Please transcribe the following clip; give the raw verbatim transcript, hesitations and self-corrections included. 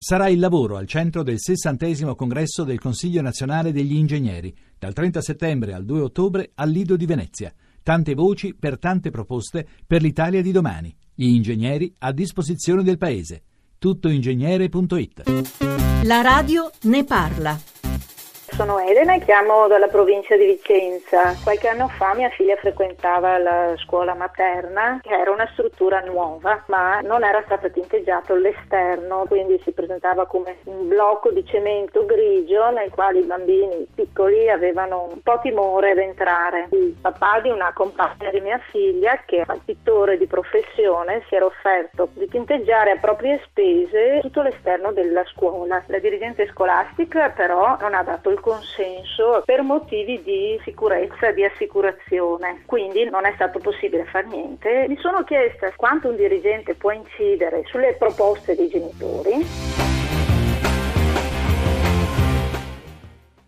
Sarà il lavoro al centro del sessantesimo congresso del Consiglio Nazionale degli Ingegneri, dal trenta settembre al due ottobre al Lido di Venezia. Tante voci per tante proposte per l'Italia di domani. Gli ingegneri a disposizione del Paese. tuttoingegnere punto it. La radio ne parla. Sono Elena e chiamo dalla provincia di Vicenza. Qualche anno fa mia figlia frequentava la scuola materna, che era una struttura nuova, ma non era stata tinteggiata all'esterno, quindi si presentava come un blocco di cemento grigio nel quale i bambini piccoli avevano un po' timore ad entrare. Il papà di una compagna di mia figlia, che era pittore di professione, si era offerto di tinteggiare a proprie spese tutto l'esterno della scuola. La dirigente scolastica però non ha dato il consenso per motivi di sicurezza, di assicurazione, quindi non è stato possibile far niente. Mi sono chiesta quanto un dirigente può incidere sulle proposte dei genitori.